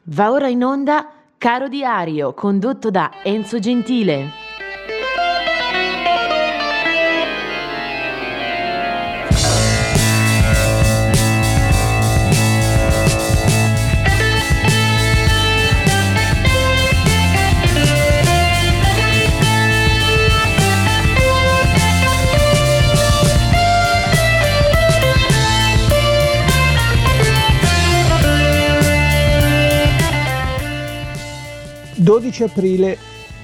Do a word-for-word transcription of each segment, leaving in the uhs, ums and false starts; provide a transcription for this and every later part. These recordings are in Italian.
Va ora in onda Caro Diario, condotto da Enzo Gentile. dodici aprile,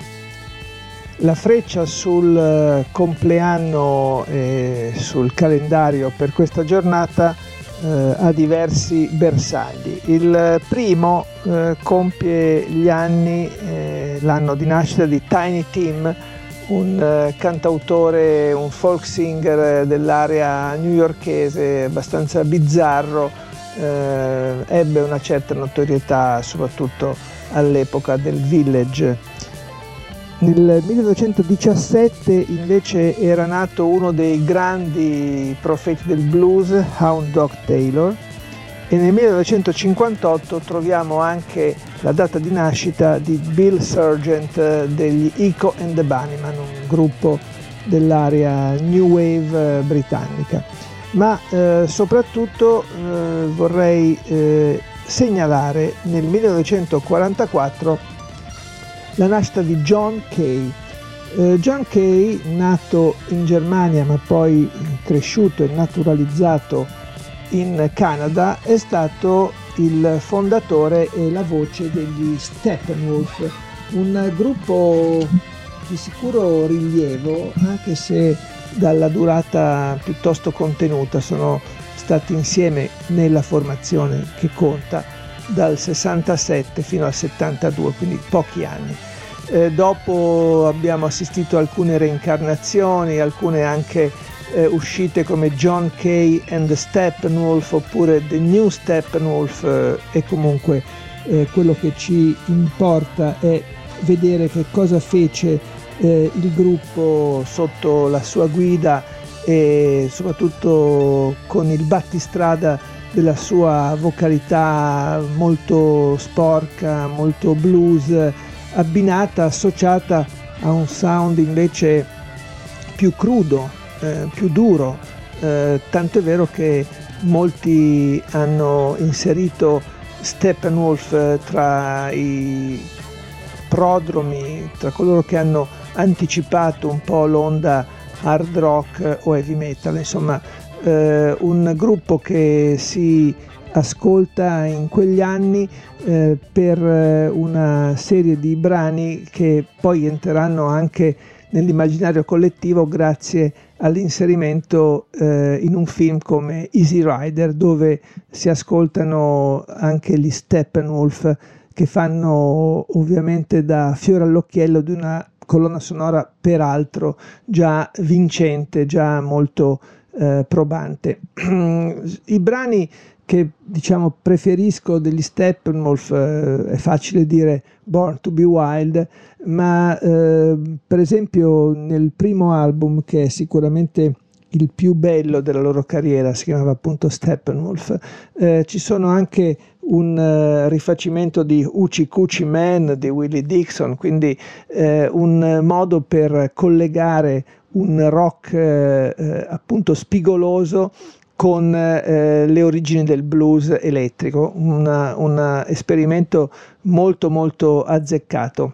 la freccia sul compleanno e sul calendario per questa giornata eh, ha diversi bersagli. Il primo eh, compie gli anni, eh, l'anno di nascita di Tiny Tim, un eh, cantautore, un folk singer dell'area newyorkese abbastanza bizzarro, eh, ebbe una certa notorietà soprattutto all'epoca del Village. Nel millenovecentodiciassette invece era nato uno dei grandi profeti del blues, Hound Dog Taylor, e nel millenovecentocinquantotto troviamo anche la data di nascita di Bill Sargent degli Echo and the Bunnymen, un gruppo dell'area New Wave britannica. Ma eh, soprattutto eh, vorrei eh, segnalare nel millenovecentoquarantaquattro la nascita di John Kay. Eh, John Kay, nato in Germania ma poi cresciuto e naturalizzato in Canada, è stato il fondatore e la voce degli Steppenwolf, un gruppo di sicuro rilievo, anche se dalla durata piuttosto contenuta. Sono stati insieme nella formazione che conta dal sessantasette fino al settantadue, quindi pochi anni. Eh, dopo abbiamo assistito a alcune reincarnazioni, alcune anche eh, uscite come John Kay and the Steppenwolf oppure The New Steppenwolf, eh, e comunque eh, quello che ci importa è vedere che cosa fece eh, il gruppo sotto la sua guida e soprattutto con il battistrada della sua vocalità molto sporca, molto blues, abbinata, associata a un sound invece più crudo, eh, più duro, eh, tanto è vero che molti hanno inserito Steppenwolf tra i prodromi, tra coloro che hanno anticipato un po' l'onda hard rock o heavy metal, insomma eh, un gruppo che si ascolta in quegli anni eh, per una serie di brani che poi entreranno anche nell'immaginario collettivo grazie all'inserimento eh, in un film come Easy Rider, dove si ascoltano anche gli Steppenwolf, che fanno ovviamente da fiore all'occhiello di una colonna sonora peraltro già vincente, già molto eh, probante. I brani che diciamo preferisco degli Steppenwolf, eh, è facile dire Born to be Wild, ma eh, per esempio nel primo album, che è sicuramente il più bello della loro carriera, si chiamava appunto Steppenwolf, eh, ci sono anche un uh, rifacimento di Hoochie Coochie Man di Willie Dixon, quindi eh, un modo per collegare un rock eh, appunto spigoloso con eh, le origini del blues elettrico, un esperimento molto molto azzeccato.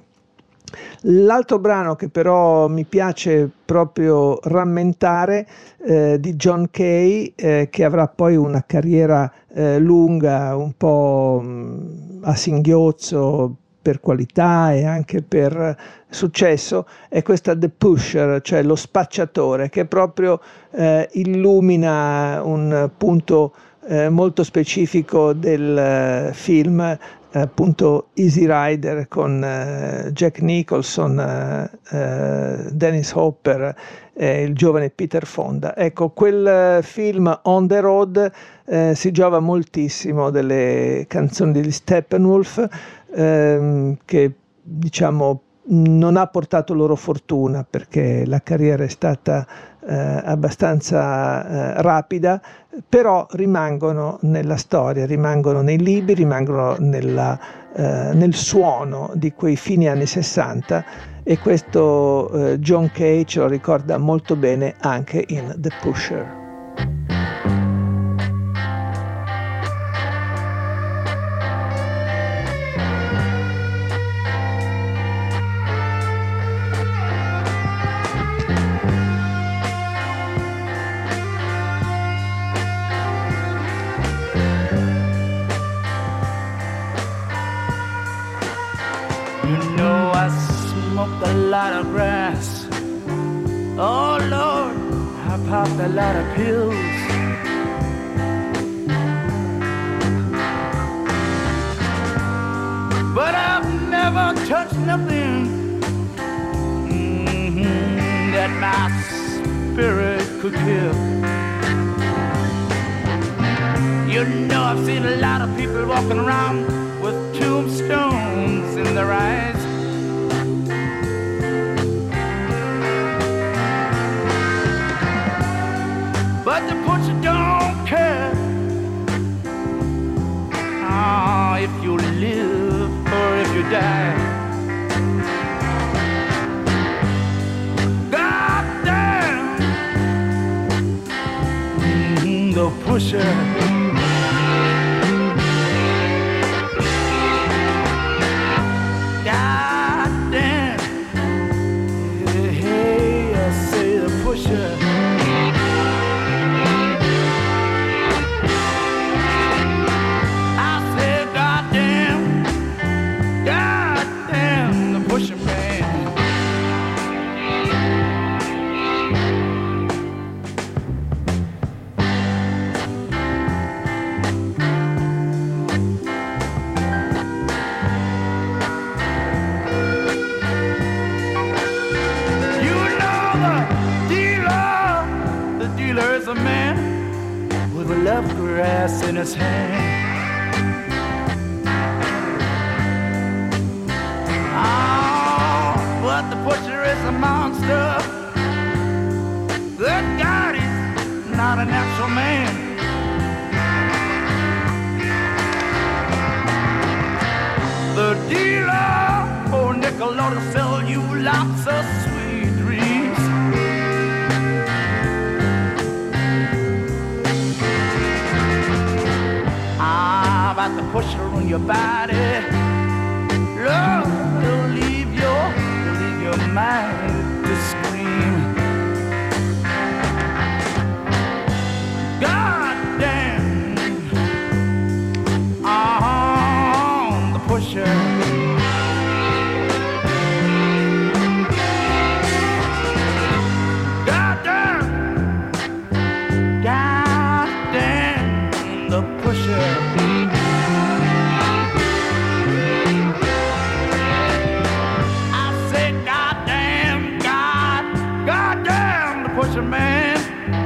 L'altro brano che però mi piace proprio rammentare eh, di John Kay, eh, che avrà poi una carriera eh, lunga, un po' mh, a singhiozzo per qualità e anche per successo, è questa The Pusher, cioè lo spacciatore, che proprio eh, illumina un punto eh, molto specifico del eh, film, appunto Easy Rider, con uh, Jack Nicholson, uh, uh, Dennis Hopper e il giovane Peter Fonda. Ecco, quel uh, film On the Road uh, si giova moltissimo delle canzoni degli Steppenwolf, um, che diciamo non ha portato loro fortuna, perché la carriera è stata eh, abbastanza eh, rapida, però rimangono nella storia, rimangono nei libri, rimangono nella, eh, nel suono di quei fini anni sessanta, e questo eh, John Kay ce lo ricorda molto bene anche in The Pusher. A lot of grass. Oh Lord, I popped a lot of pills. But I've never touched nothing mm-hmm, that my spirit could kill. You know, I've seen a lot of people walking around with tombstones in their eyes. But the butcher don't care oh, if you live or if you die. God damn mm-hmm, the pusher. God damn, hey, hey, I say the pusher. Grass in his hand. Oh, but the butcher is a monster. Good God, he's not a natural man. The dealer, oh nickel, ought to sell you lots of sweet dreams. About the pusher on your body, love will leave your, leave your mind to scream. God damn, on the pusher. God damn, God damn, the pusher. Man,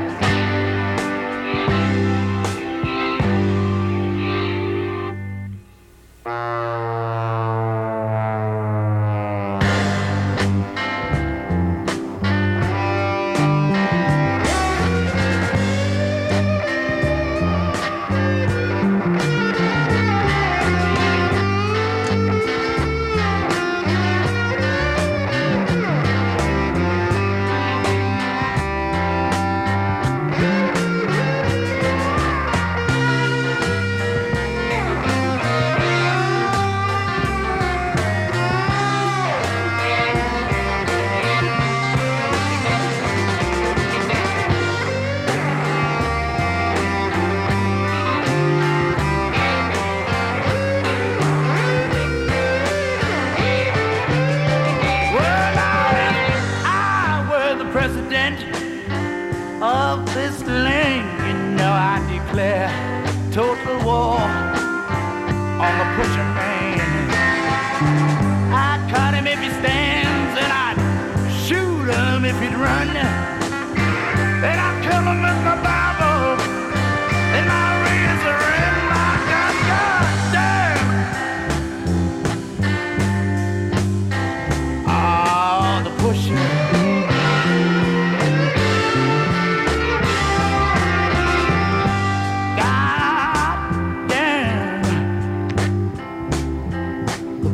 of this land, you know I declare total war on the pusher man. I'd cut him if he stands, and I'd shoot him if he'd run. Then I'd kill him with my Bible and my razor and my gun. God damn!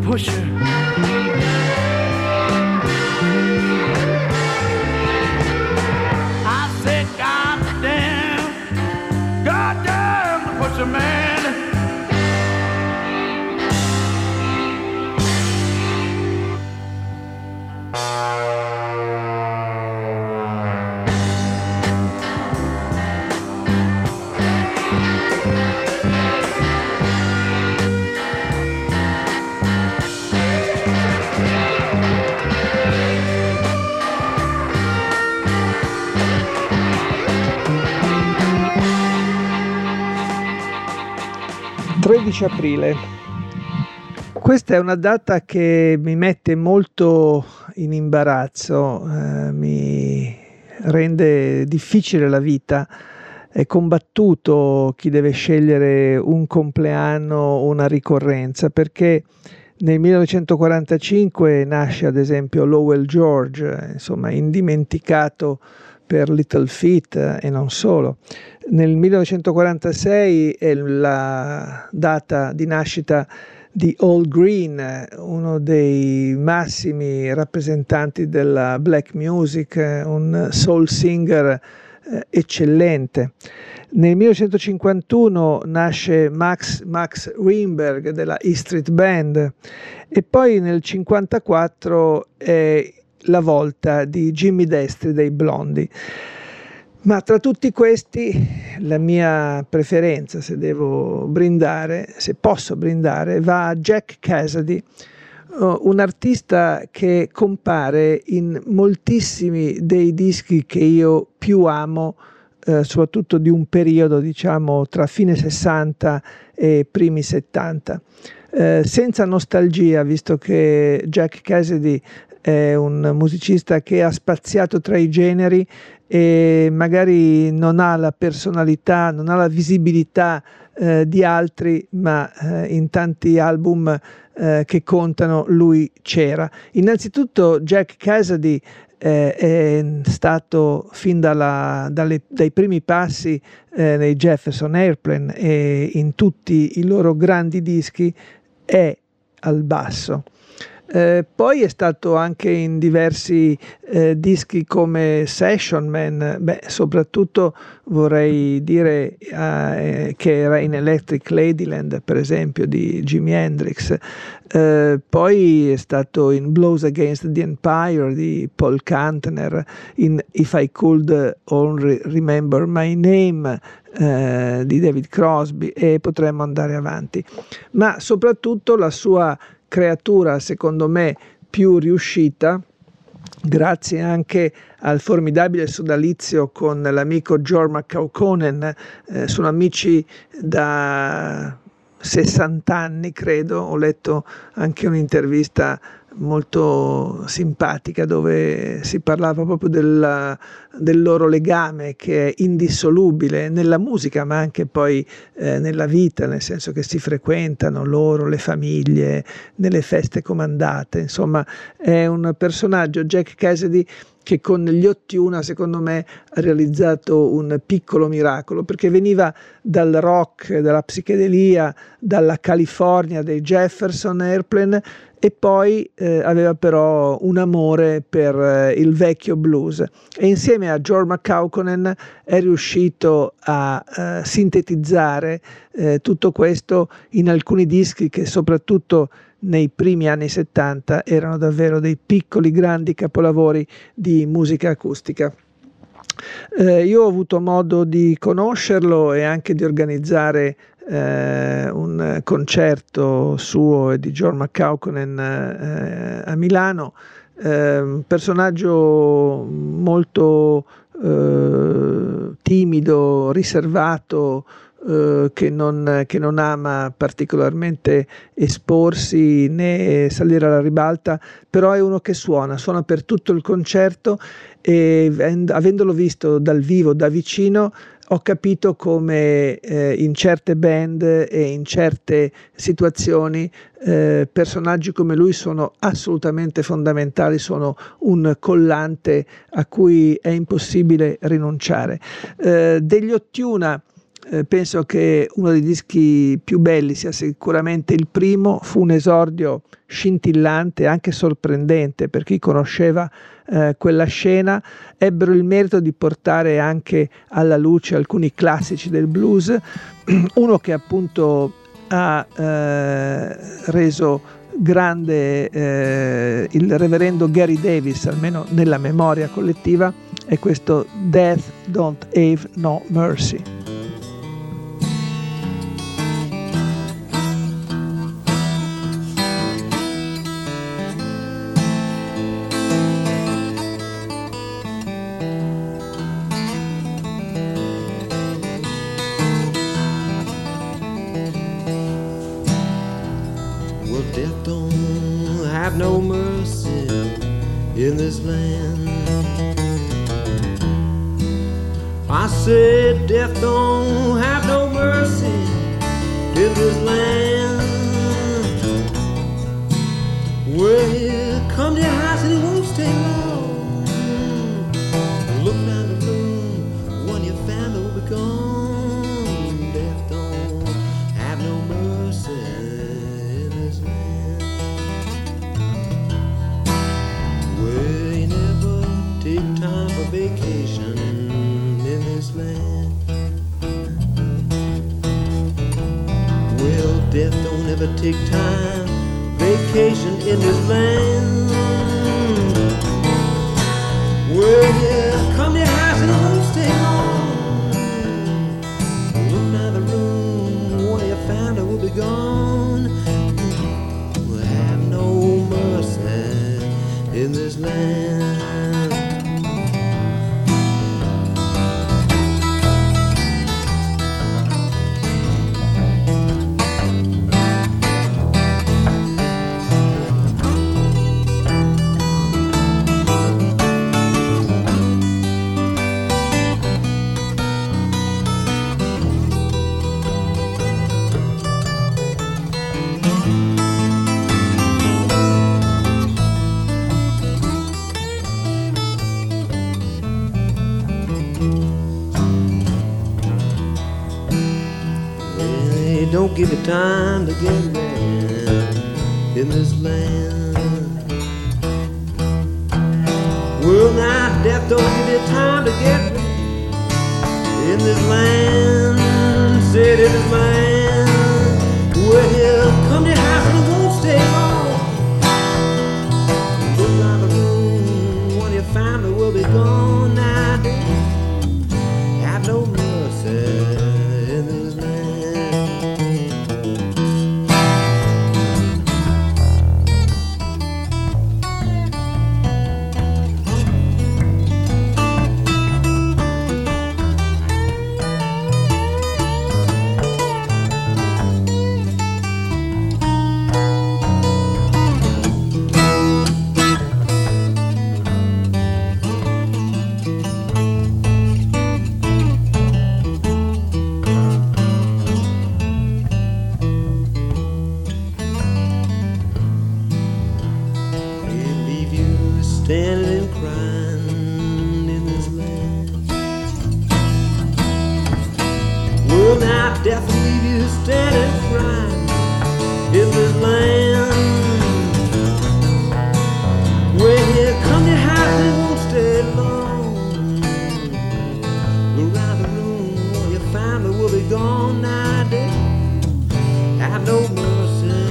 pusher. I said, God damn, God damn the pusher man. tredici aprile. Questa è una data che mi mette molto in imbarazzo, eh, mi rende difficile la vita. È combattuto chi deve scegliere un compleanno o una ricorrenza, perché nel millenovecentoquarantacinque nasce ad esempio Lowell George, insomma indimenticato per Little Feat e non solo. Nel millenovecentoquarantasei è la data di nascita di Al Green, uno dei massimi rappresentanti della black music, un soul singer eh, eccellente. Nel millenovecentocinquantuno nasce Max, Max Greenberg della E Street Band e poi nel cinquantaquattro è la volta di Jimmy Destri dei Blondie. Ma tra tutti questi la mia preferenza, se devo brindare, se posso brindare, va a Jack Casady, un artista che compare in moltissimi dei dischi che io più amo, eh, soprattutto di un periodo, diciamo, tra fine sessanta e primi settanta. Eh, senza nostalgia, visto che Jack Casady è un musicista che ha spaziato tra i generi e magari non ha la personalità, non ha la visibilità eh, di altri, ma eh, in tanti album eh, che contano lui c'era. Innanzitutto Jack Casady eh, è stato fin dalla, dalle, dai primi passi eh, nei Jefferson Airplane e in tutti i loro grandi dischi è al basso. Eh, poi è stato anche in diversi eh, dischi come Session Man, beh, soprattutto vorrei dire eh, che era in Electric Ladyland, per esempio, di Jimi Hendrix. Eh, poi è stato in Blows Against the Empire di Paul Kantner, in If I Could Only Remember My Name eh, di David Crosby, e potremmo andare avanti. Ma soprattutto la sua creatura, secondo me, più riuscita, grazie anche al formidabile sodalizio con l'amico Jorma Kaukonen, eh, sono amici da sessanta anni, credo. Ho letto anche un'intervista molto simpatica dove si parlava proprio del, del loro legame, che è indissolubile nella musica ma anche poi eh, nella vita, nel senso che si frequentano loro, le famiglie, nelle feste comandate. Insomma, è un personaggio, Jack Casady, che con gli ottantuno secondo me ha realizzato un piccolo miracolo, perché veniva dal rock, dalla psichedelia, dalla California dei Jefferson Airplane, e poi eh, aveva però un amore per eh, il vecchio blues, e insieme a Jorma Kaukonen è riuscito a eh, sintetizzare eh, tutto questo in alcuni dischi che soprattutto nei primi anni settanta erano davvero dei piccoli grandi capolavori di musica acustica. Eh, io ho avuto modo di conoscerlo e anche di organizzare eh, un concerto suo e di Jorma Kaukonen eh, a Milano. Eh, un personaggio molto eh, timido, riservato, Uh, che, non, che non ama particolarmente esporsi né salire alla ribalta, però è uno che suona, suona per tutto il concerto, e avendolo visto dal vivo, da vicino, ho capito come eh, in certe band e in certe situazioni eh, personaggi come lui sono assolutamente fondamentali, sono un collante a cui è impossibile rinunciare. Eh, degli Ottiuna eh, penso che uno dei dischi più belli sia sicuramente il primo. Fu un esordio scintillante, anche sorprendente per chi conosceva eh, quella scena. Ebbero il merito di portare anche alla luce alcuni classici del blues, uno che appunto ha eh, reso grande eh, il reverendo Gary Davis, almeno nella memoria collettiva, è questo Death Don't Have No Mercy. Death don't have no mercy in this land. I said death don't have no mercy in this land. Well, come to your house and it won't stay long. Look around the room, one of your family will be gone. Death don't have no mercy in this land. Well, you never take time for vacation in this land. Well, death don't ever take time vacation in this land. Well, yeah, come to your house and it won't stay long. Look around the room, one of your family will be gone. We'll have no mercy in this land. Don't give it time to get ready in this land. Well, now death don't give you time to get ready in this land. Said in this land. Well, come to your house and it won't stay long. Look around the room, one of your family will be gone. Now have no mercy. Standing and crying in this land. Well, now death will leave you standing and crying in this land. Well, here come to your house and it won't stay long. Go around the room, all your family will be gone now. Death have no mercy.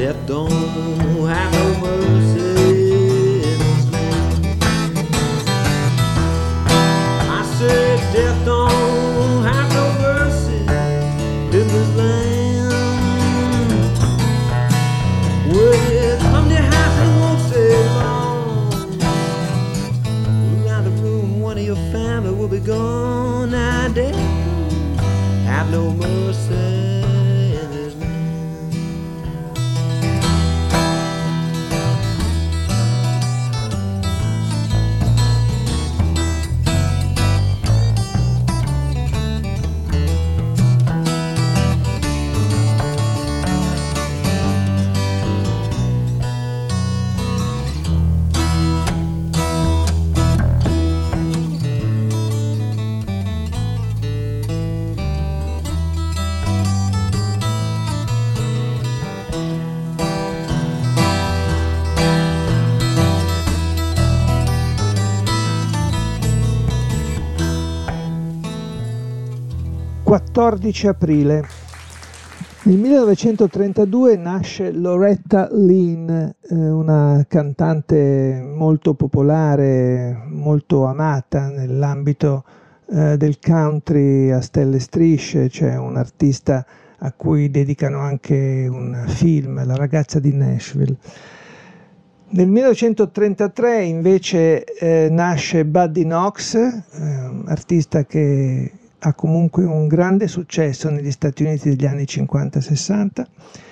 death don't have no mercy in this land. I said death don't have no mercy in this land. Well, you come to house and won't stay long. Around the room, one of your family will be gone. Now death have no mercy. quattordici aprile. Nel millenovecentotrentadue nasce Loretta Lynn, eh, una cantante molto popolare, molto amata nell'ambito eh, del country a stelle e strisce. C'è un artista a cui dedicano anche un film, La ragazza di Nashville. Nel millenovecentotrentatré invece eh, nasce Buddy Knox, eh, un artista che ha comunque un grande successo negli Stati Uniti degli anni cinquanta sessanta,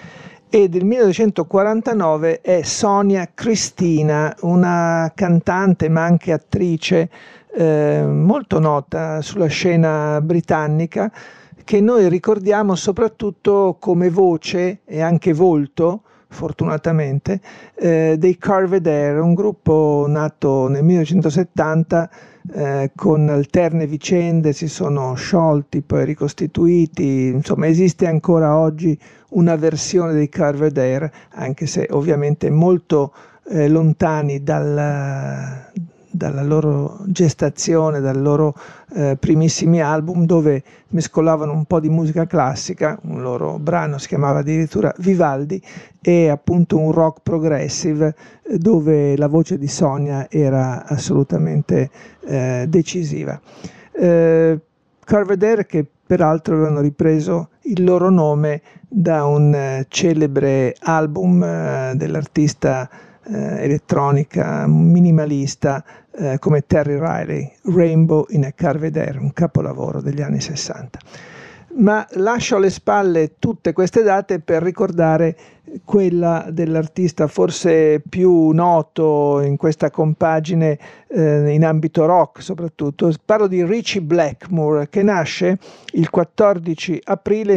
e del millenovecentoquarantanove è Sonia Cristina, una cantante ma anche attrice eh, molto nota sulla scena britannica, che noi ricordiamo soprattutto come voce e anche volto, fortunatamente, eh, dei Carved Air, un gruppo nato nel millenovecentosettanta eh, con alterne vicende, si sono sciolti, poi ricostituiti, insomma esiste ancora oggi una versione dei Carved Air, anche se ovviamente molto eh, lontani dal, dalla loro gestazione, dai loro eh, primissimi album, dove mescolavano un po' di musica classica, un loro brano si chiamava addirittura Vivaldi, e appunto un rock progressive eh, dove la voce di Sonia era assolutamente eh, decisiva. Eh, Carved Air, che peraltro avevano ripreso il loro nome da un eh, celebre album eh, dell'artista eh, elettronica minimalista eh, come Terry Riley, Rainbow in a Carved Air, un capolavoro degli anni sessanta. Ma lascio alle spalle tutte queste date per ricordare quella dell'artista forse più noto in questa compagine eh, in ambito rock soprattutto. Parlo di Ritchie Blackmore, che nasce il quattordici aprile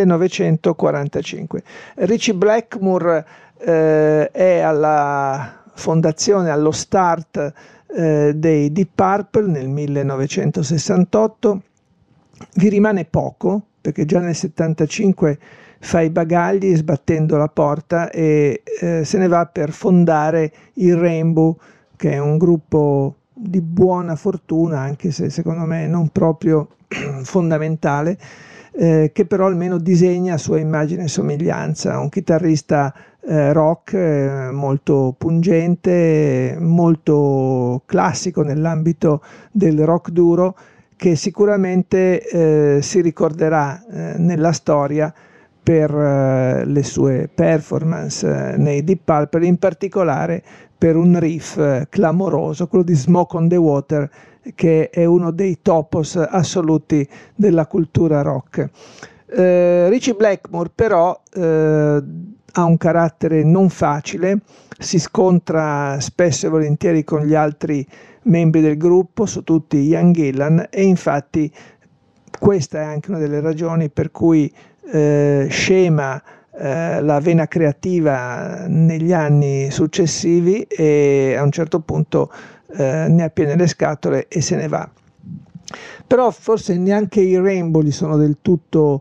millenovecentoquarantacinque. Ritchie Blackmore eh, è alla fondazione, allo start eh, dei Deep Purple nel millenovecentosessantotto. Vi rimane poco, perché già nel settantacinque fa i bagagli sbattendo la porta e eh, se ne va per fondare il Rainbow, che è un gruppo di buona fortuna, anche se secondo me non proprio fondamentale, eh, che però almeno disegna a sua immagine e somiglianza. Un chitarrista eh, rock eh, molto pungente, molto classico nell'ambito del rock duro, che sicuramente eh, si ricorderà eh, nella storia per eh, le sue performance eh, nei Deep Purple, in particolare per un riff eh, clamoroso, quello di Smoke on the Water, che è uno dei topos assoluti della cultura rock. Eh, Ritchie Blackmore però eh, ha un carattere non facile, si scontra spesso e volentieri con gli altri membri del gruppo, su tutti Ian Gillan, e infatti questa è anche una delle ragioni per cui eh, scema eh, la vena creativa negli anni successivi e a un certo punto eh, ne ha piene le scatole e se ne va. Però forse neanche i Rainbow gli sono del tutto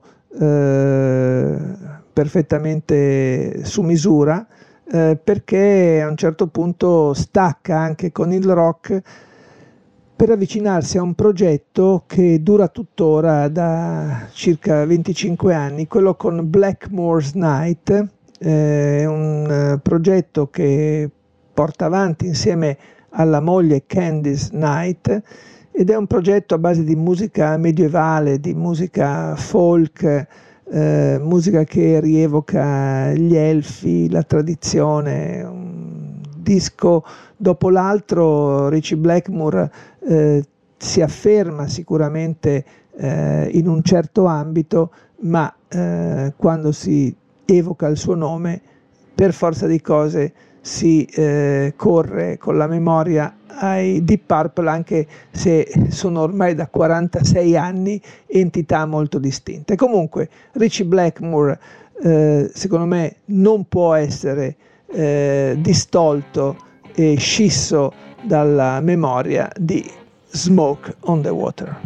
eh, perfettamente su misura, Eh, perché a un certo punto stacca anche con il rock per avvicinarsi a un progetto che dura tuttora da circa venticinque anni, quello con Blackmore's Night, eh, è un uh, progetto che porta avanti insieme alla moglie Candice Knight ed è un progetto a base di musica medievale, di musica folk, eh, musica che rievoca gli elfi, la tradizione. Un disco dopo l'altro Ritchie Blackmore eh, si afferma sicuramente eh, in un certo ambito, ma eh, quando si evoca il suo nome, per forza di cose si eh, corre con la memoria ai Deep Purple, anche se sono ormai da quarantasei anni entità molto distinte. Comunque Ritchie Blackmore eh, secondo me non può essere eh, distolto e scisso dalla memoria di Smoke on the Water.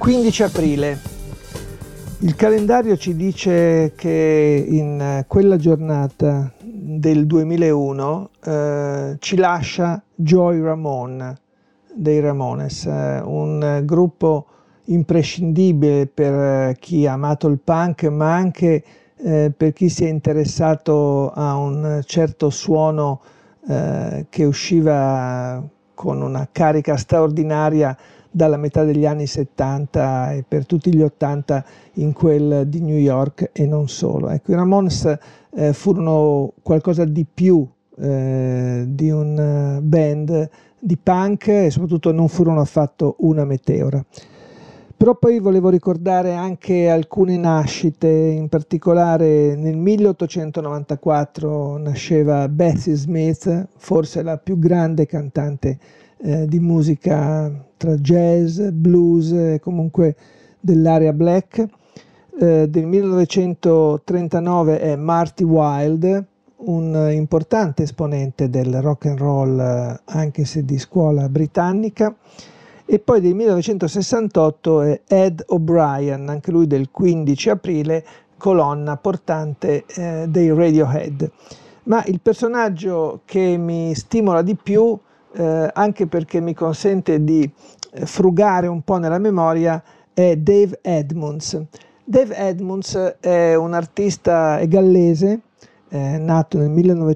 quindici aprile. Il calendario ci dice che in quella giornata del duemilauno eh, ci lascia Joey Ramone dei Ramones, eh, un gruppo imprescindibile per chi ha amato il punk, ma anche eh, per chi si è interessato a un certo suono eh, che usciva con una carica straordinaria dalla metà degli anni settanta e per tutti gli ottanta in quel di New York e non solo. Ecco, i Ramones eh, furono qualcosa di più eh, di un band di punk e soprattutto non furono affatto una meteora. Però poi volevo ricordare anche alcune nascite, in particolare nel milleottocentonovantaquattro nasceva Bessie Smith, forse la più grande cantante eh, di musica tra jazz, blues e comunque dell'area black. Eh, del millenovecentotrentanove è Marty Wilde, un importante esponente del rock and roll, anche se di scuola britannica. E poi del millenovecentosessantotto è Ed O'Brien, anche lui del quindici aprile, colonna portante eh, dei Radiohead. Ma il personaggio che mi stimola di più, eh, anche perché mi consente di frugare un po' nella memoria, è Dave Edmunds. Dave Edmunds è un artista è gallese, eh, nato nel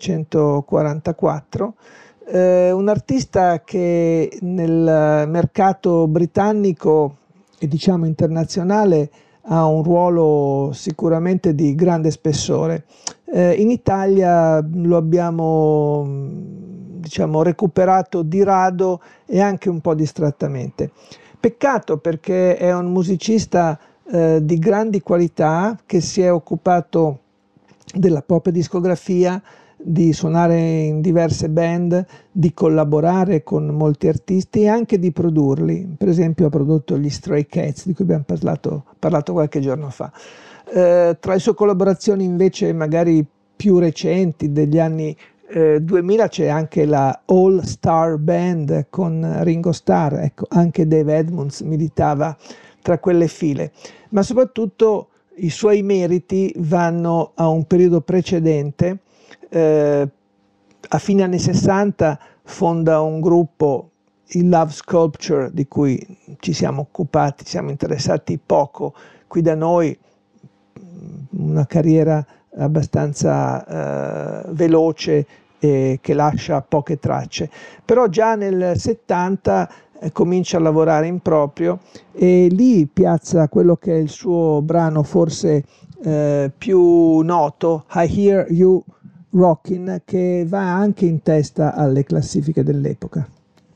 millenovecentoquarantaquattro, eh, un artista che nel mercato britannico e diciamo internazionale ha un ruolo sicuramente di grande spessore. Eh, in Italia lo abbiamo diciamo recuperato di rado e anche un po' distrattamente. Peccato, perché è un musicista eh, di grandi qualità che si è occupato della propria discografia, di suonare in diverse band, di collaborare con molti artisti e anche di produrli. Per esempio ha prodotto gli Stray Cats, di cui abbiamo parlato, parlato qualche giorno fa. Eh, tra le sue collaborazioni invece magari più recenti, degli anni eh, duemila, c'è anche la All Star Band con Ringo Starr. Ecco, anche Dave Edmunds militava tra quelle file, ma soprattutto i suoi meriti vanno a un periodo precedente. Eh, a fine anni sessanta fonda un gruppo, il Love Sculpture, di cui ci siamo occupati, siamo interessati poco qui da noi, una carriera abbastanza eh, veloce e che lascia poche tracce. Però già nel settanta eh, comincia a lavorare in proprio e lì piazza quello che è il suo brano forse eh, più noto, I Hear You Rockin', che va anche in testa alle classifiche dell'epoca.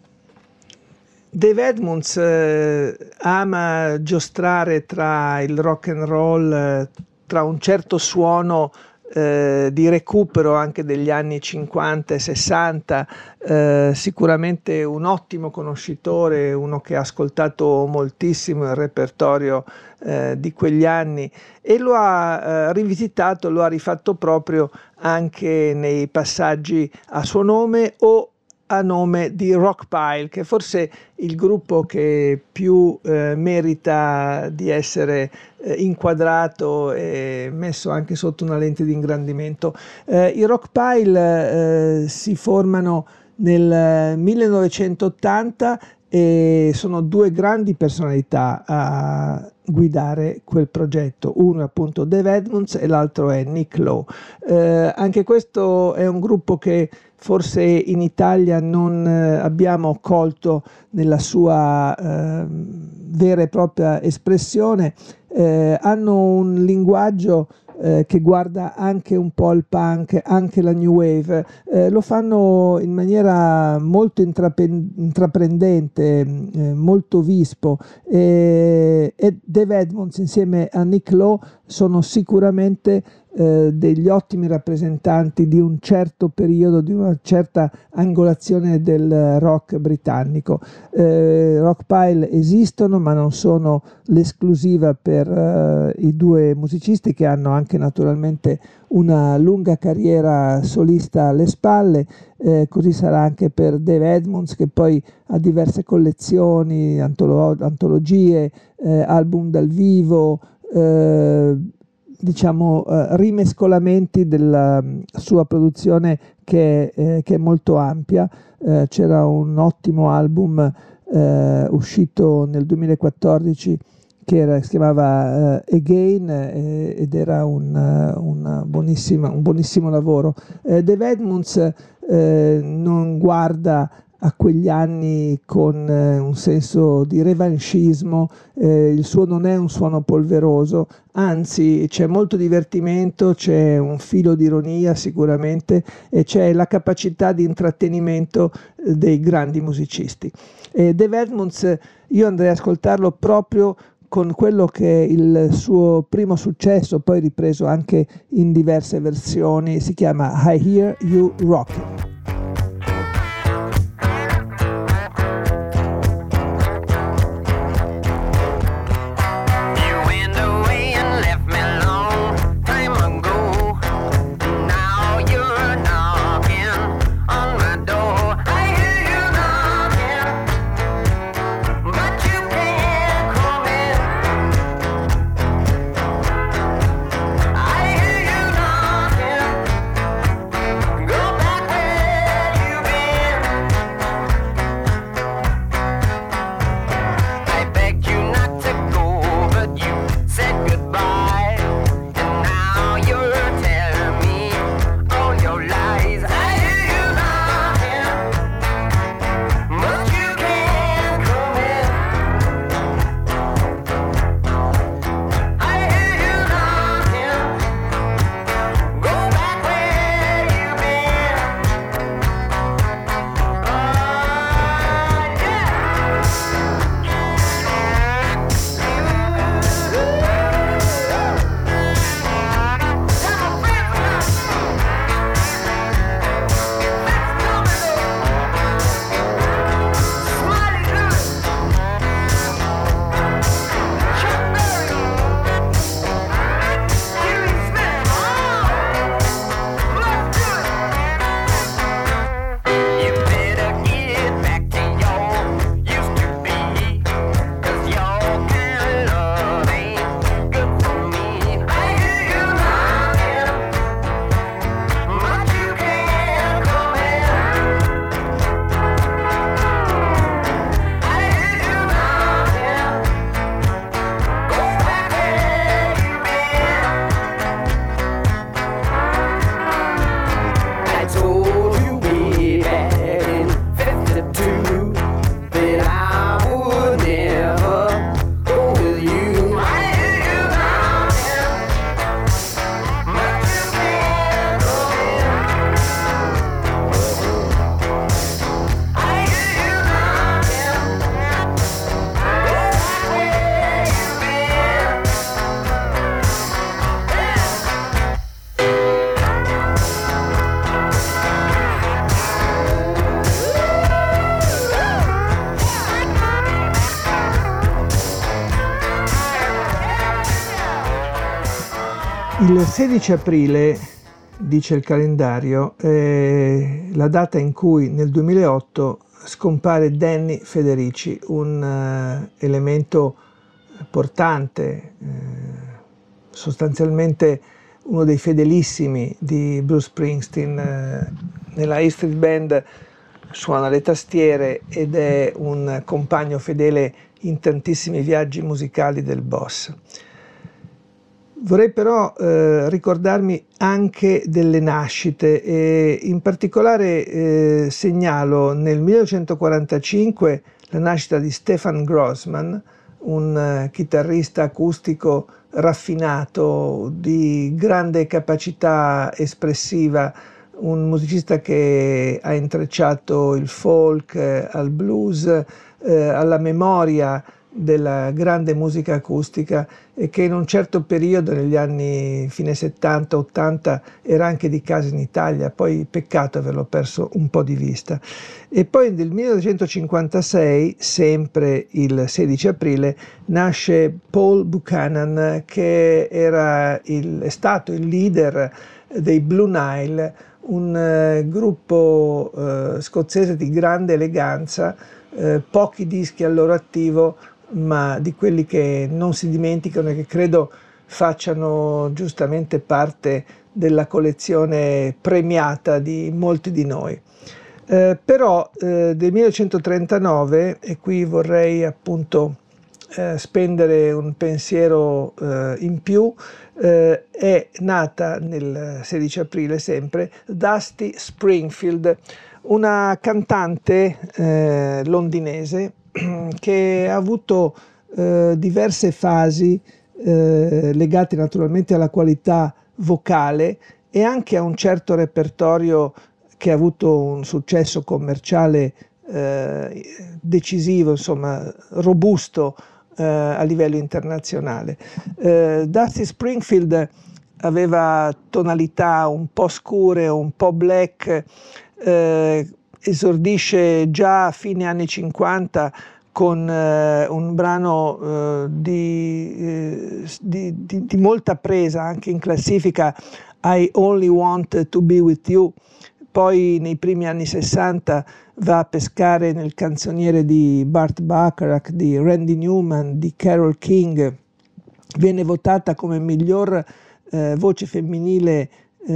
Dave Edmunds eh, ama giostrare tra il rock and roll, eh, tra un certo suono eh, di recupero anche degli anni cinquanta e sessanta, eh, sicuramente un ottimo conoscitore, uno che ha ascoltato moltissimo il repertorio eh, di quegli anni e lo ha eh, rivisitato, lo ha rifatto proprio anche nei passaggi a suo nome o a nome di Rockpile, che è forse il gruppo che più eh, merita di essere eh, inquadrato e messo anche sotto una lente di ingrandimento. Eh, I Rockpile eh, si formano nel millenovecentottanta e sono due grandi personalità a guidare quel progetto. Uno è appunto Dave Edmunds e l'altro è Nick Lowe. Eh, anche questo è un gruppo che forse in Italia non eh, abbiamo colto nella sua eh, vera e propria espressione. Eh, hanno un linguaggio eh, che guarda anche un po' il punk, anche la new wave. Eh, lo fanno in maniera molto intrapen- intraprendente, eh, molto vispo, eh, e Dave Edmunds insieme a Nick Lowe sono sicuramente eh, degli ottimi rappresentanti di un certo periodo, di una certa angolazione del rock britannico. Eh, Rockpile esistono, ma non sono l'esclusiva per eh, i due musicisti, che hanno anche naturalmente una lunga carriera solista alle spalle. Eh, così sarà anche per Dave Edmunds, che poi ha diverse collezioni, antolo- antologie, eh, album dal vivo, eh, diciamo eh, rimescolamenti della sua produzione che, eh, che è molto ampia. Eh, c'era un ottimo album eh, uscito nel duemilaquattordici che era, si chiamava uh, Again, eh, ed era un, uh, una buonissima, un buonissimo lavoro. Eh, Dave Edmunds eh, non guarda a quegli anni con eh, un senso di revanchismo, eh, il suo non è un suono polveroso, anzi c'è molto divertimento, c'è un filo di ironia sicuramente, e c'è la capacità di intrattenimento eh, dei grandi musicisti. E Dave Edmunds, io andrei ad ascoltarlo proprio con quello che è il suo primo successo, poi ripreso anche in diverse versioni, si chiama I Hear You Rockin'. Il sedici aprile, dice il calendario, è la data in cui nel duemilaotto scompare Danny Federici, un uh, elemento portante, eh, sostanzialmente uno dei fedelissimi di Bruce Springsteen. Eh, nella E Street Band suona le tastiere ed è un compagno fedele in tantissimi viaggi musicali del boss. Vorrei però eh, ricordarmi anche delle nascite e in particolare eh, segnalo nel millenovecentoquarantacinque la nascita di Stefan Grossman, un uh, chitarrista acustico raffinato di grande capacità espressiva, un musicista che ha intrecciato il folk eh, al blues, eh, alla memoria, della grande musica acustica e che in un certo periodo, negli anni fine settanta ottanta, era anche di casa in Italia, poi peccato averlo perso un po' di vista. E poi nel millenovecentocinquantasei, sempre il sedici aprile, nasce Paul Buchanan, che era il, è stato il leader dei Blue Nile, un uh, gruppo uh, scozzese di grande eleganza, uh, pochi dischi al loro attivo, ma di quelli che non si dimenticano e che credo facciano giustamente parte della collezione premiata di molti di noi. Eh, però eh, del millenovecentotrentanove, e qui vorrei appunto eh, spendere un pensiero eh, in più, eh, è nata nel sedici aprile sempre Dusty Springfield, una cantante eh, londinese che ha avuto eh, diverse fasi eh, legate naturalmente alla qualità vocale e anche a un certo repertorio che ha avuto un successo commerciale eh, decisivo, insomma robusto eh, a livello internazionale. Eh, Dusty Springfield aveva tonalità un po' scure, un po' black, eh, esordisce già a fine anni cinquanta con eh, un brano eh, di, eh, di, di, di molta presa anche in classifica, I Only Want to Be With You. Poi nei primi anni sessanta va a pescare nel canzoniere di Burt Bacharach, di Randy Newman, di Carole King, viene votata come miglior eh, voce femminile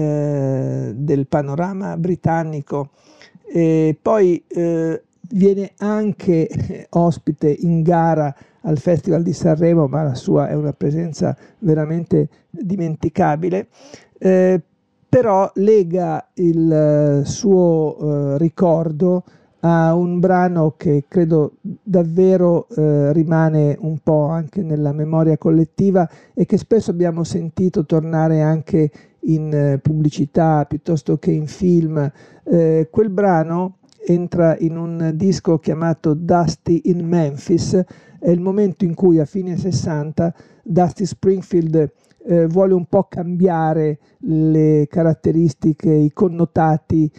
eh, del panorama britannico. E poi eh, viene anche ospite in gara al Festival di Sanremo, ma la sua è una presenza veramente dimenticabile, eh, però lega il suo eh, ricordo a un brano che credo davvero eh, rimane un po' anche nella memoria collettiva e che spesso abbiamo sentito tornare anche in eh, pubblicità piuttosto che in film. Eh, quel brano entra in un disco chiamato Dusty in Memphis, è il momento in cui a fine sessanta Dusty Springfield eh, vuole un po' cambiare le caratteristiche, i connotati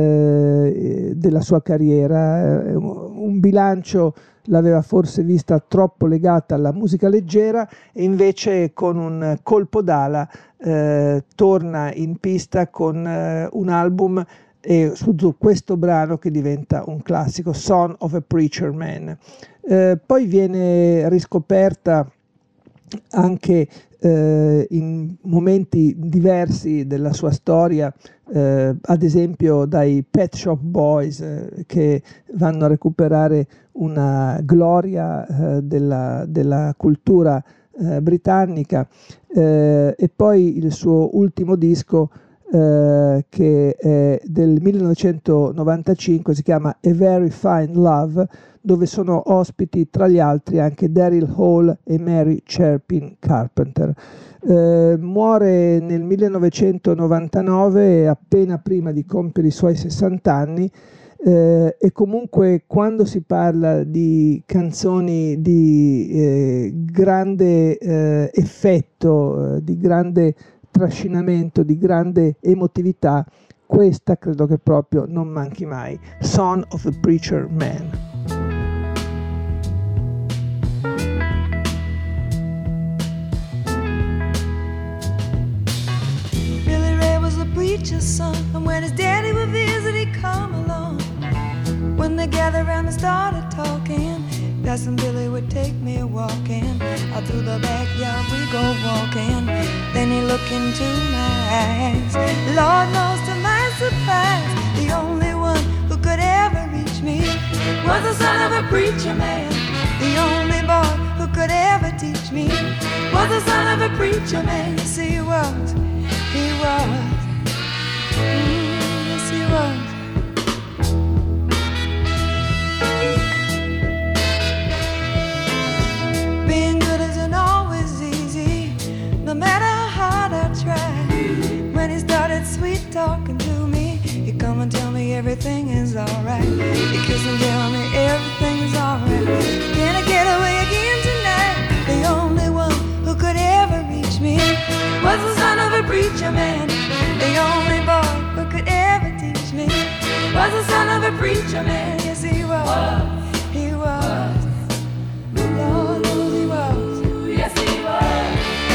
eh, della sua carriera. Eh, un bilancio l'aveva forse vista troppo legata alla musica leggera e invece con un colpo d'ala eh, torna in pista con eh, un album e su questo brano che diventa un classico, Son of a Preacher Man. Eh, poi viene riscoperta anche eh, in momenti diversi della sua storia, eh, ad esempio dai Pet Shop Boys eh, che vanno a recuperare una gloria eh, della, della cultura eh, britannica, eh, e poi il suo ultimo disco Uh, che è del millenovecentonovantacinque, si chiama A Very Fine Love, dove sono ospiti tra gli altri anche Daryl Hall e Mary Chapin Carpenter. Uh, muore nel millenovecentonovantanove, appena prima di compiere i suoi sessanta anni, uh, e comunque quando si parla di canzoni di eh, grande eh, effetto, eh, di grande trascinamento, di grande emotività, questa credo che proprio non manchi mai, Son of a Preacher Man. Billy Ray was a preacher's son, and when his daddy would visit, he'd come along. When they gathered around and started talking, Cousin Billy would take me walking. Out through the backyard we go walking. Then he looked into my eyes. Lord knows to my surprise, the only one who could ever reach me was the son of a preacher man. The only boy who could ever teach me was the son of a preacher man. Yes, he was, he was, mm, yes, he was. Being good isn't always easy, no matter how hard I try. When he started sweet talking to me, he'd come and tell me everything is alright. He'd kiss and tell me everything is alright. Can I get away again preacher man. The only boy who could ever teach me was the son of a preacher man. Yes, he was. He was. Lord knows he was. Yes, he was.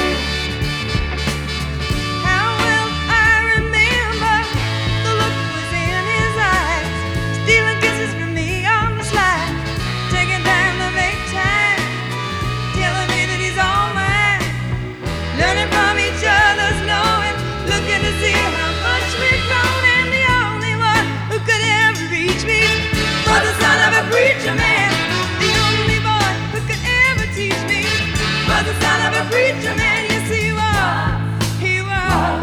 How well I remember the look was in his eyes, stealing kisses from me on the slide, taking time to make time, telling me that he's all mine, learning from each other's knowing, looking to see how much we've grown, and the only one who could ever reach me was the son of a preacher man. The only boy who could ever teach me was the son of a preacher man. Yes, he was. He was.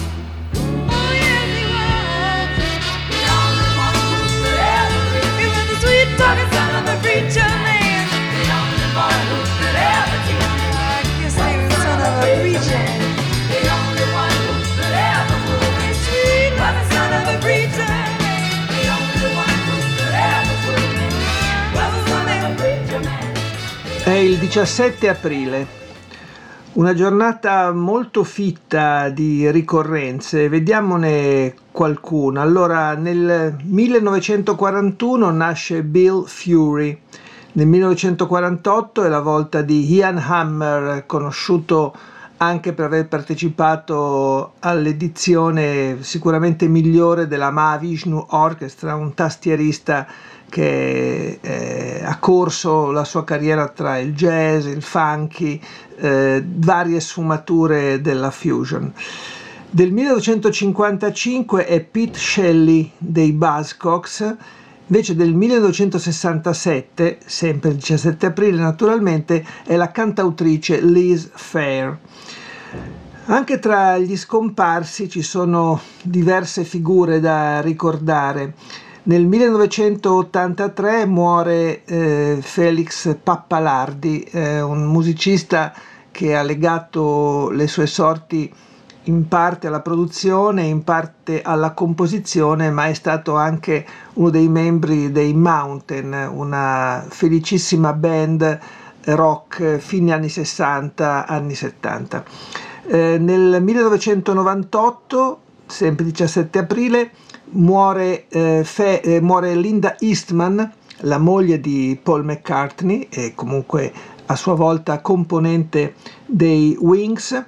Oh, yes, he was. The only one who could ever reach me. He was the sweet talking son of a preacher man. The only boy who could ever teach me. I guess he was the son of a preacher. The only one who could ever fool me. Sweet was the son of a preacher. The only one who could ever fool me was the son of a preacher man. È il diciassette aprile, una giornata molto fitta di ricorrenze. Vediamone qualcuna. Allora, nel millenovecentoquarantuno nasce Bill Fury. Nel millenovecentoquarantotto è la volta di Ian Hammer, conosciuto anche per aver partecipato all'edizione sicuramente migliore della Mahavishnu Orchestra, un tastierista che eh, ha corso la sua carriera tra il jazz, il funky, eh, varie sfumature della fusion. Del millenovecentocinquantacinque è Pete Shelley dei Buzzcocks. Invece del millenovecentosessantasette, sempre il diciassette aprile naturalmente, è la cantautrice Liz Phair. Anche tra gli scomparsi ci sono diverse figure da ricordare. Nel millenovecentottantatré muore eh, Felix Pappalardi, eh, un musicista che ha legato le sue sorti in parte alla produzione, in parte alla composizione, ma è stato anche uno dei membri dei Mountain, una felicissima band rock fine anni sessanta, anni settanta. Eh, nel millenovecentonovantotto, sempre diciassette aprile, muore, eh, fe, eh, muore Linda Eastman, la moglie di Paul McCartney e comunque a sua volta componente dei Wings.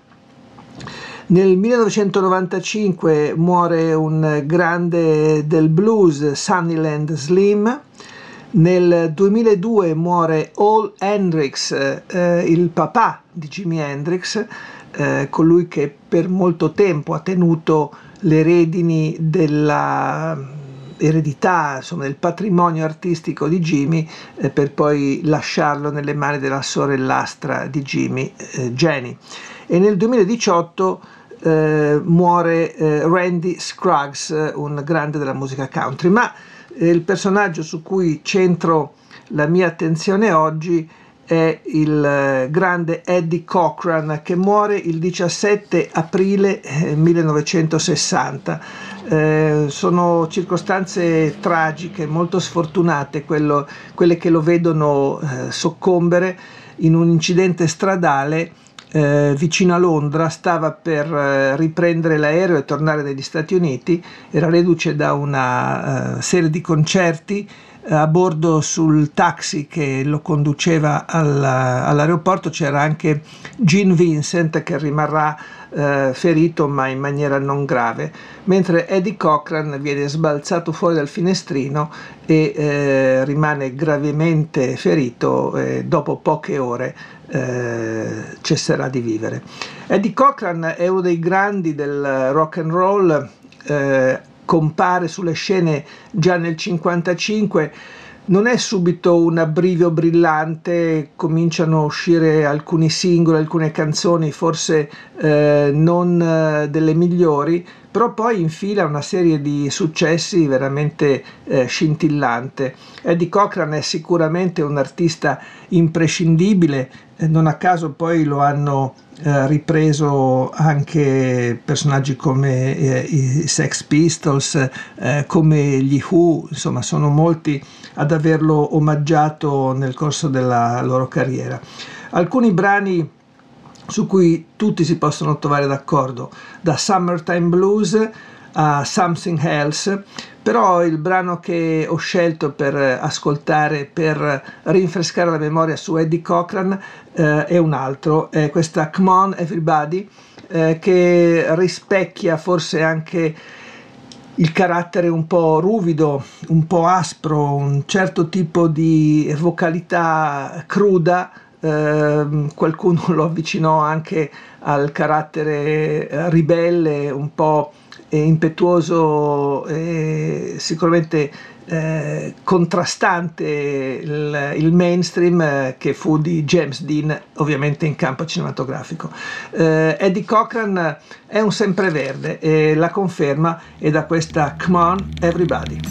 Nel millenovecentonovantacinque muore un grande del blues, Sunnyland Slim. Nel duemiladue muore Hal Hendricks, eh, il papà di Jimi Hendrix, eh, colui che per molto tempo ha tenuto le redini della eredità, insomma, del patrimonio artistico di Jimi, eh, per poi lasciarlo nelle mani della sorellastra di Jimi, eh, Jenny. E nel duemiladiciotto eh, muore eh, Randy Scruggs, un grande della musica country. Ma eh, il personaggio su cui centro la mia attenzione oggi è il eh, grande Eddie Cochran, che muore il diciassette aprile eh, millenovecentosessanta. Eh, sono circostanze tragiche, molto sfortunate, quello, quelle che lo vedono eh, soccombere in un incidente stradale eh, vicino a Londra. Stava per eh, riprendere l'aereo e tornare negli Stati Uniti, era reduce da una eh, serie di concerti. A bordo sul taxi che lo conduceva alla, all'aeroporto c'era anche Gene Vincent, che rimarrà eh, ferito ma in maniera non grave, mentre Eddie Cochran viene sbalzato fuori dal finestrino e eh, rimane gravemente ferito e dopo poche ore eh, cesserà di vivere. Eddie Cochran è uno dei grandi del rock and roll, eh, compare sulle scene già nel cinquantacinque, non è subito un abbrivio brillante, cominciano a uscire alcuni singoli, alcune canzoni, forse eh, non eh, delle migliori, però poi infila una serie di successi veramente eh, scintillante. Eddie Cochran è sicuramente un artista imprescindibile, eh, non a caso poi lo hanno eh, ripreso anche personaggi come eh, i Sex Pistols, eh, come gli Who, insomma sono molti ad averlo omaggiato nel corso della loro carriera. Alcuni brani su cui tutti si possono trovare d'accordo, da Summertime Blues a Something Else, però il brano che ho scelto per ascoltare, per rinfrescare la memoria su Eddie Cochran eh, è un altro, è questa Come On Everybody, eh, che rispecchia forse anche il carattere un po' ruvido, un po' aspro, un certo tipo di vocalità cruda. Eh, qualcuno lo avvicinò anche al carattere ribelle, un po' impetuoso e sicuramente eh, contrastante il, il mainstream eh, che fu di James Dean, ovviamente in campo cinematografico. Eh, Eddie Cochran è un sempreverde e la conferma è da questa Come On Everybody.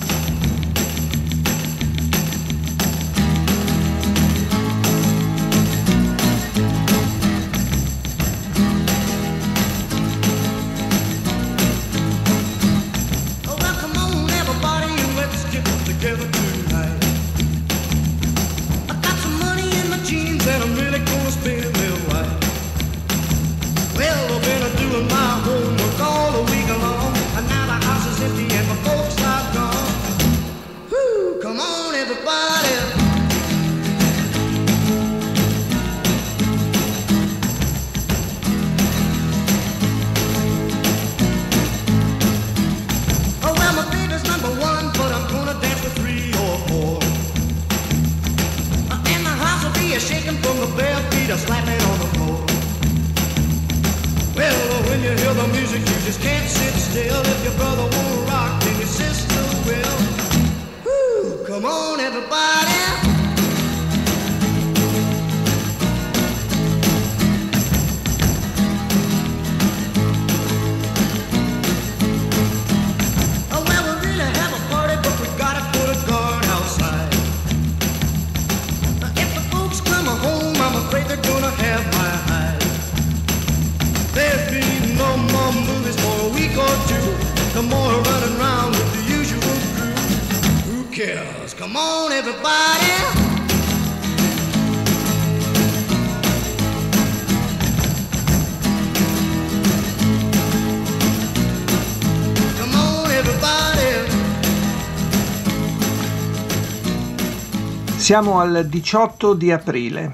Siamo al diciotto di aprile.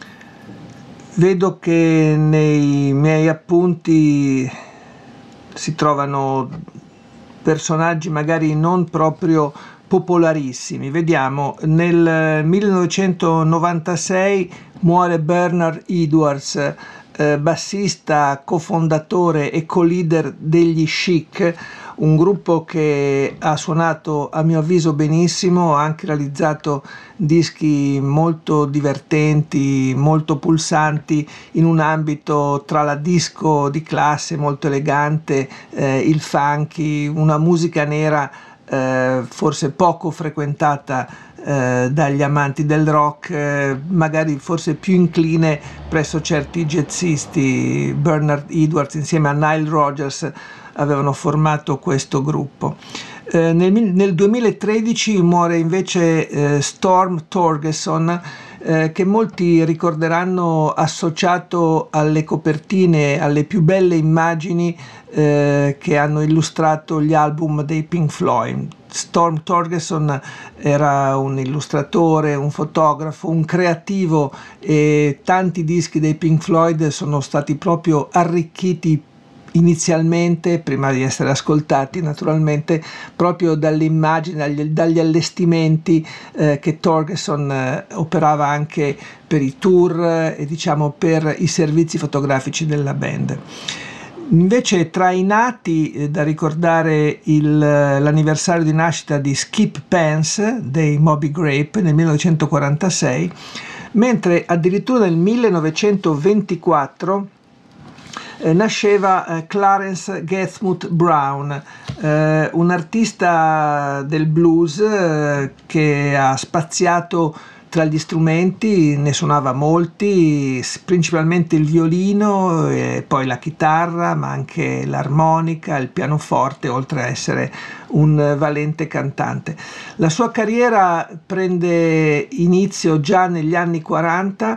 Vedo che nei miei appunti si trovano personaggi magari non proprio popolarissimi. Vediamo, nel millenovecentonovantasei muore Bernard Edwards, eh, bassista, cofondatore e co-leader degli Chic, un gruppo che ha suonato a mio avviso benissimo, ha anche realizzato dischi molto divertenti, molto pulsanti, in un ambito tra la disco di classe molto elegante, eh, il funky, una musica nera eh, forse poco frequentata eh, dagli amanti del rock, eh, magari forse più incline presso certi jazzisti. Bernard Edwards insieme a Nile Rodgers avevano formato questo gruppo. Eh, nel, nel duemilatredici muore invece eh, Storm Thorgerson, eh, che molti ricorderanno associato alle copertine, alle più belle immagini eh, che hanno illustrato gli album dei Pink Floyd. Storm Thorgerson era un illustratore, un fotografo, un creativo, e tanti dischi dei Pink Floyd sono stati proprio arricchiti inizialmente, prima di essere ascoltati naturalmente, proprio dalle immagini, dagli, dagli allestimenti eh, che Thorgerson eh, operava anche per i tour eh, e diciamo per i servizi fotografici della band. Invece tra i nati eh, da ricordare il, l'anniversario di nascita di Skip Pence dei Moby Grape nel millenovecentoquarantasei, mentre addirittura nel millenovecentoventiquattro Eh, nasceva eh, Clarence Gatewood Brown, eh, un artista del blues eh, che ha spaziato tra gli strumenti, ne suonava molti, principalmente il violino e poi la chitarra, ma anche l'armonica, il pianoforte, oltre a essere un valente cantante. La sua carriera prende inizio già negli anni quaranta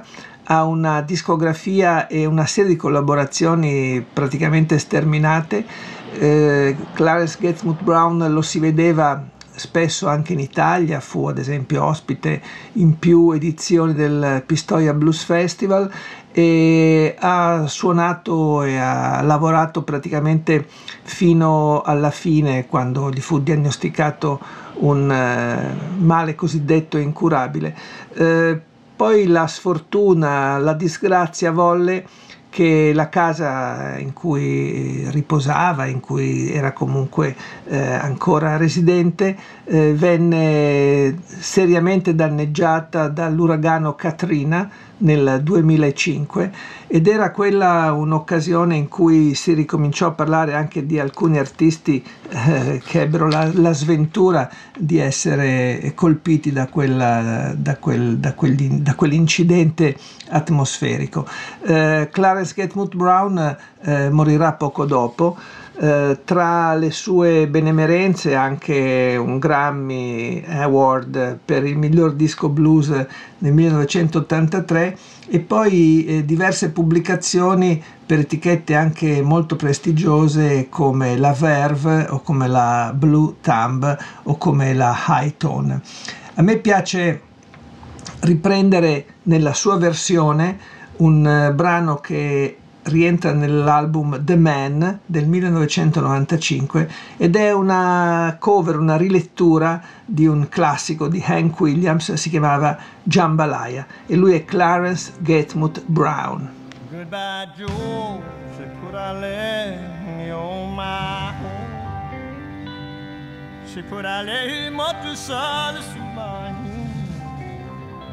ha una discografia e una serie di collaborazioni praticamente sterminate. Eh, Clarence Gatesmouth Brown lo si vedeva spesso anche in Italia, fu ad esempio ospite in più edizioni del Pistoia Blues Festival e ha suonato e ha lavorato praticamente fino alla fine, quando gli fu diagnosticato un uh, male cosiddetto incurabile. Uh, poi la sfortuna, la disgrazia volle che la casa in cui riposava, in cui era comunque eh, ancora residente, eh, venne seriamente danneggiata dall'uragano Katrina nel duemilacinque, ed era quella un'occasione in cui si ricominciò a parlare anche di alcuni artisti eh, che ebbero la, la sventura di essere colpiti da, quella, da, quel, da, quel, da quell'incidente atmosferico. Eh, Clarence Gatesmouth Brown eh, morirà poco dopo. Uh, tra le sue benemerenze anche un Grammy Award per il miglior disco blues nel millenovecentottantatré e poi eh, diverse pubblicazioni per etichette anche molto prestigiose come la Verve o come la Blue Thumb o come la High Tone. A me piace riprendere nella sua versione un uh, brano che rientra nell'album The Man del millenovecentonovantacinque ed è una cover, una rilettura di un classico di Hank Williams, si chiamava Jambalaya, e lui è Clarence Gatesmouth Brown. Goodbye Joe, c'est pour aller on my home. C'est pour aller moi tout seul sur ma ligne.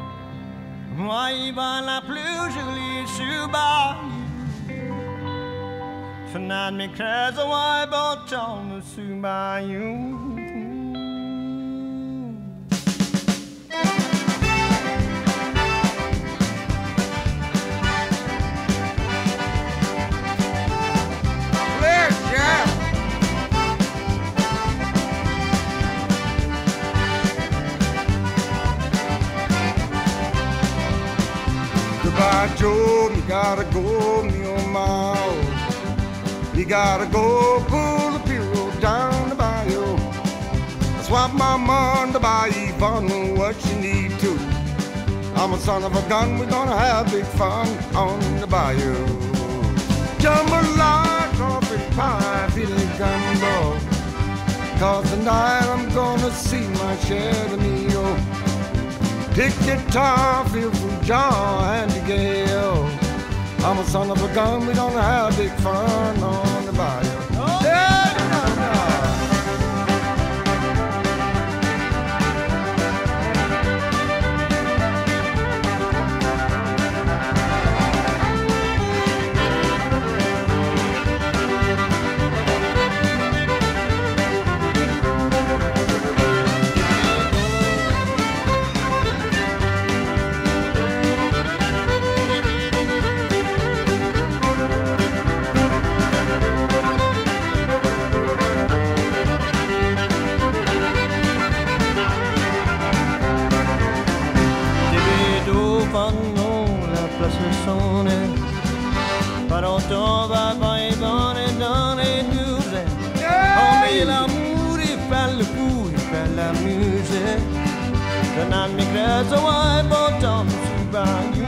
Moi il va la plus jolie sur ma Tonight me cries a wipe on town to see by you. Goodbye, Joe, you gotta go, me on my own. You gotta go pull the pillow down the bayou. I swap my money to buy Yvonne what you need to. I'm a son of a gun, we're gonna have big fun on the bayou. Jambalaya, coffee pie, feeling gumbo. Cause tonight I'm gonna see my share of meal. Pick guitar, feel from John and the Gale. I'm a son of a gun, we don't have big fun on the bayou. Oh, yeah, yeah, yeah. Paronto va vai buone donne chiuse. Come l'amour il fa le coup, il fa la musique. Tonight me cries a wipe on top to